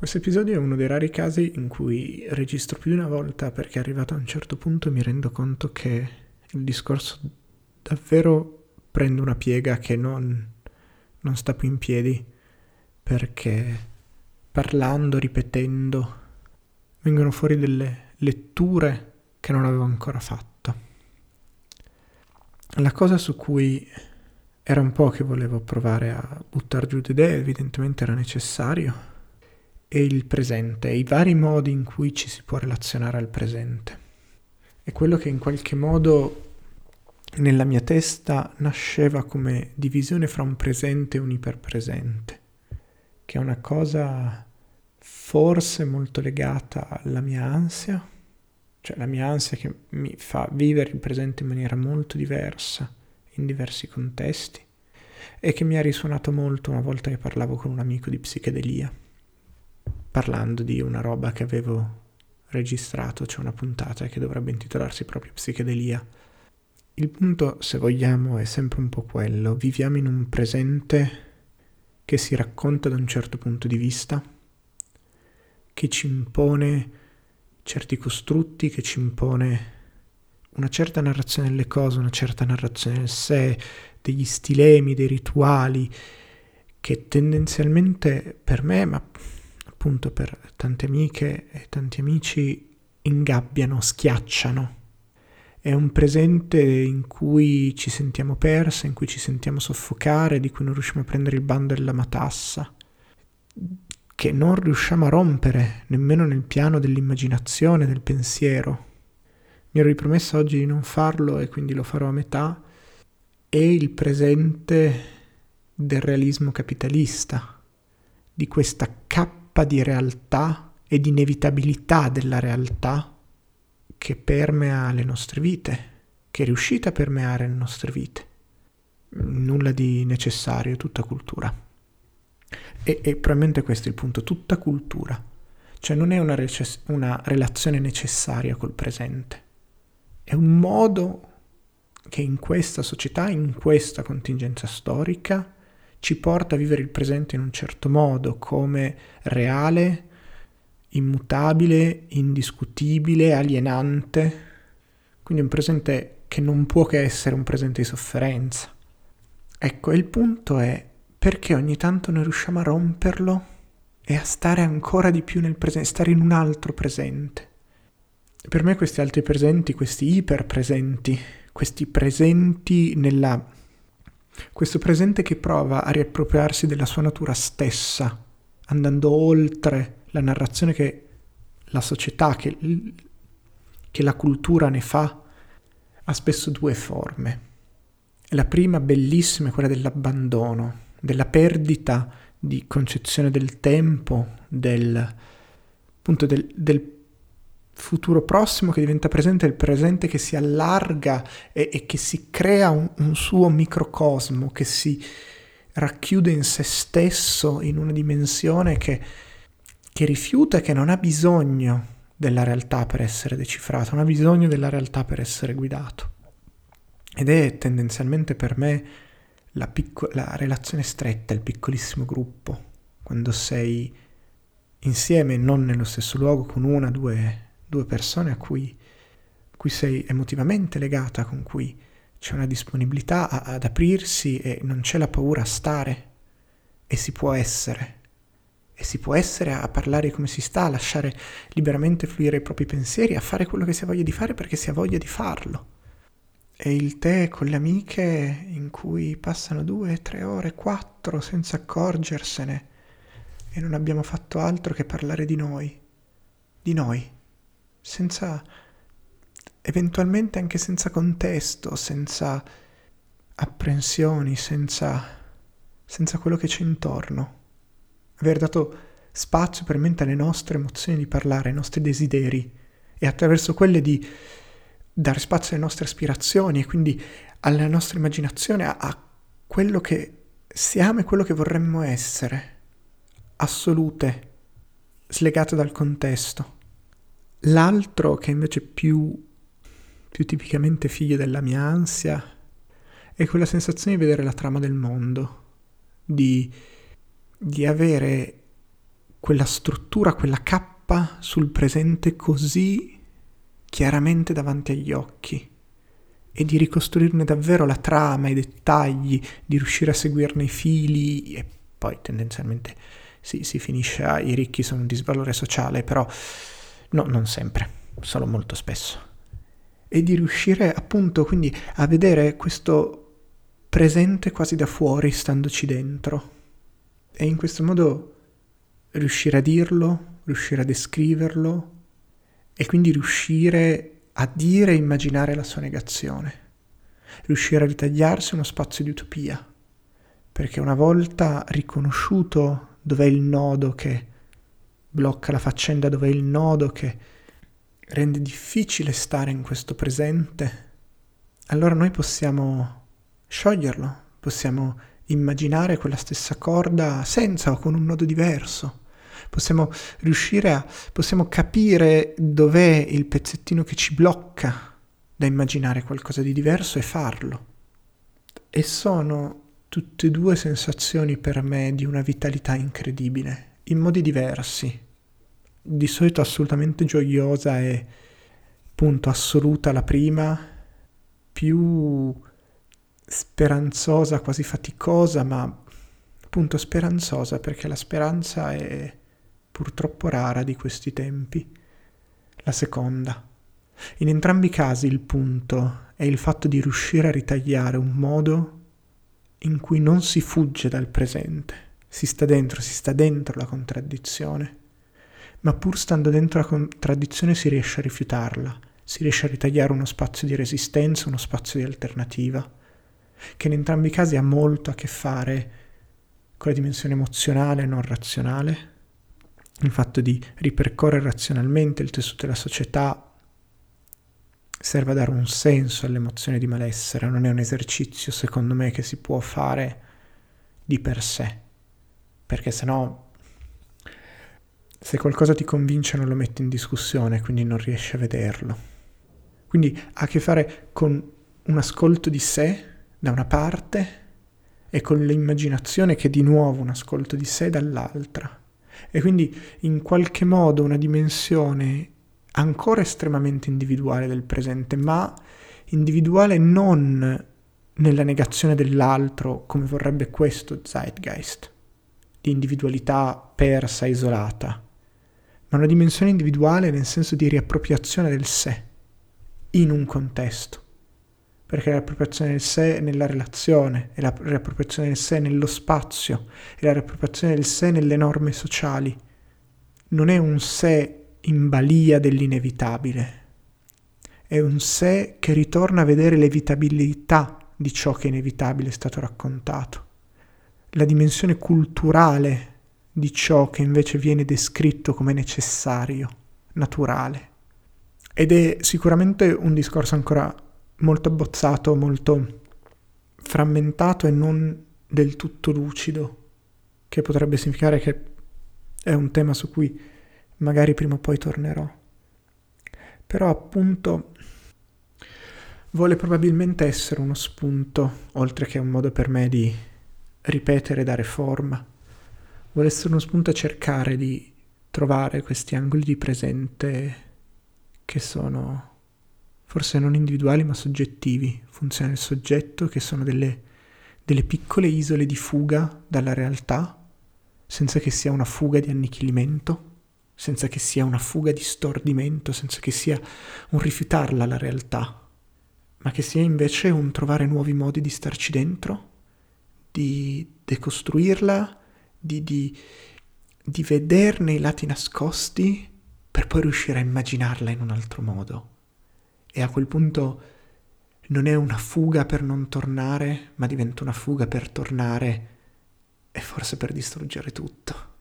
Questo episodio è uno dei rari casi in cui registro più di una volta perché arrivato a un certo punto mi rendo conto che il discorso davvero prende una piega che non sta più in piedi, perché parlando, ripetendo, vengono fuori delle letture che non avevo ancora fatto. La cosa su cui era un po' che volevo provare a buttar giù di idee, evidentemente era necessario, e il presente, e i vari modi in cui ci si può relazionare al presente. È quello che in qualche modo nella mia testa nasceva come divisione fra un presente e un iperpresente, che è una cosa forse molto legata alla mia ansia, cioè la mia ansia che mi fa vivere il presente in maniera molto diversa, in diversi contesti, e che mi ha risuonato molto una volta che parlavo con un amico di psichedelia, parlando di una roba che avevo registrato, c'è una puntata che dovrebbe intitolarsi proprio Psichedelia. Il punto, se vogliamo, è sempre un po' quello. Viviamo in un presente che si racconta da un certo punto di vista, che ci impone certi costrutti, che ci impone una certa narrazione delle cose, una certa narrazione del sé, degli stilemi, dei rituali, che tendenzialmente per me, ma appunto per tante amiche e tanti amici, ingabbiano, schiacciano. È un presente in cui ci sentiamo perse, in cui ci sentiamo soffocare, di cui non riusciamo a prendere il bando della matassa, che non riusciamo a rompere nemmeno nel piano dell'immaginazione, del pensiero. Mi ero ripromesso oggi di non farlo e quindi lo farò a metà. È il presente del realismo capitalista, di questa cappa di realtà e di inevitabilità della realtà che permea le nostre vite, che è riuscita a permeare le nostre vite. Nulla di necessario, tutta cultura. E probabilmente questo è il punto, tutta cultura. Cioè non è una relazione necessaria col presente. È un modo che in questa società, in questa contingenza storica, ci porta a vivere il presente in un certo modo, come reale, immutabile, indiscutibile, alienante. Quindi un presente che non può che essere un presente di sofferenza. Ecco, il punto è perché ogni tanto noi riusciamo a romperlo e a stare ancora di più nel presente, stare in un altro presente. Per me questi altri presenti, questi iperpresenti, questi presenti questo presente che prova a riappropriarsi della sua natura stessa, andando oltre la narrazione che la società, che la cultura ne fa, ha spesso due forme. La prima, bellissima, è quella dell'abbandono, della perdita di concezione del tempo, del futuro prossimo che diventa presente, il presente che si allarga e che si crea un suo microcosmo, che si racchiude in se stesso in una dimensione che rifiuta e che non ha bisogno della realtà per essere decifrato, non ha bisogno della realtà per essere guidato. Ed è tendenzialmente per me la relazione stretta, il piccolissimo gruppo, quando sei insieme, non nello stesso luogo, con una, due persone a cui sei emotivamente legata, con cui c'è una disponibilità ad aprirsi e non c'è la paura a stare, e si può essere a parlare come si sta, a lasciare liberamente fluire i propri pensieri, a fare quello che si ha voglia di fare perché si ha voglia di farlo. E il tè con le amiche in cui passano 2, 3 ore, 4 senza accorgersene e non abbiamo fatto altro che parlare di noi, senza, eventualmente anche senza contesto, senza apprensioni, senza quello che c'è intorno. Aver dato spazio permette alle nostre emozioni di parlare, ai nostri desideri, e attraverso quelle di dare spazio alle nostre aspirazioni e quindi alla nostra immaginazione, a quello che siamo e quello che vorremmo essere, assolute, slegate dal contesto. L'altro, che invece è più tipicamente figlio della mia ansia, è quella sensazione di vedere la trama del mondo, di avere quella struttura, quella cappa sul presente così chiaramente davanti agli occhi e di ricostruirne davvero la trama, i dettagli, di riuscire a seguirne i fili e poi tendenzialmente si finisce a i ricchi sono un disvalore sociale, però no, non sempre, solo molto spesso. E di riuscire appunto quindi a vedere questo presente quasi da fuori, standoci dentro. E in questo modo riuscire a dirlo, riuscire a descriverlo e quindi riuscire a dire e immaginare la sua negazione. Riuscire a ritagliarsi uno spazio di utopia. Perché una volta riconosciuto dov'è il nodo che blocca la faccenda, dov'è il nodo che rende difficile stare in questo presente, allora noi possiamo scioglierlo, possiamo immaginare quella stessa corda senza o con un nodo diverso, possiamo possiamo capire dov'è il pezzettino che ci blocca da immaginare qualcosa di diverso e farlo. E sono tutte e due sensazioni per me di una vitalità incredibile, in modi diversi. Di solito assolutamente gioiosa e appunto assoluta la prima, più speranzosa, quasi faticosa, ma appunto speranzosa perché la speranza è purtroppo rara di questi tempi. La seconda. In entrambi i casi il punto è il fatto di riuscire a ritagliare un modo in cui non si fugge dal presente, si sta dentro la contraddizione, ma pur stando dentro la contraddizione si riesce a rifiutarla, si riesce a ritagliare uno spazio di resistenza, uno spazio di alternativa, che in entrambi i casi ha molto a che fare con la dimensione emozionale e non razionale, il fatto di ripercorrere razionalmente il tessuto della società serve a dare un senso all'emozione di malessere, non è un esercizio secondo me che si può fare di per sé, perché sennò se qualcosa ti convince non lo metti in discussione, quindi non riesci a vederlo. Quindi ha a che fare con un ascolto di sé da una parte e con l'immaginazione che è di nuovo un ascolto di sé dall'altra. E quindi in qualche modo una dimensione ancora estremamente individuale del presente, ma individuale non nella negazione dell'altro come vorrebbe questo zeitgeist, di individualità persa, isolata, ma una dimensione individuale nel senso di riappropriazione del sé in un contesto, perché la riappropriazione del sé è nella relazione, è la riappropriazione del sé nello spazio, è la riappropriazione del sé nelle norme sociali, non è un sé in balia dell'inevitabile, è un sé che ritorna a vedere l'evitabilità di ciò che è inevitabile è stato raccontato, la dimensione culturale di ciò che invece viene descritto come necessario, naturale. Ed è sicuramente un discorso ancora molto abbozzato, molto frammentato e non del tutto lucido, che potrebbe significare che è un tema su cui magari prima o poi tornerò. Però appunto vuole probabilmente essere uno spunto, oltre che un modo per me di ripetere e dare forma. Vuole essere uno spunto a cercare di trovare questi angoli di presente che sono forse non individuali ma soggettivi, funziona il soggetto, che sono delle piccole isole di fuga dalla realtà, senza che sia una fuga di annichilimento, senza che sia una fuga di stordimento, senza che sia un rifiutarla la realtà, ma che sia invece un trovare nuovi modi di starci dentro, di decostruirla, di vederne i lati nascosti per poi riuscire a immaginarla in un altro modo. E a quel punto non è una fuga per non tornare, ma diventa una fuga per tornare e forse per distruggere tutto.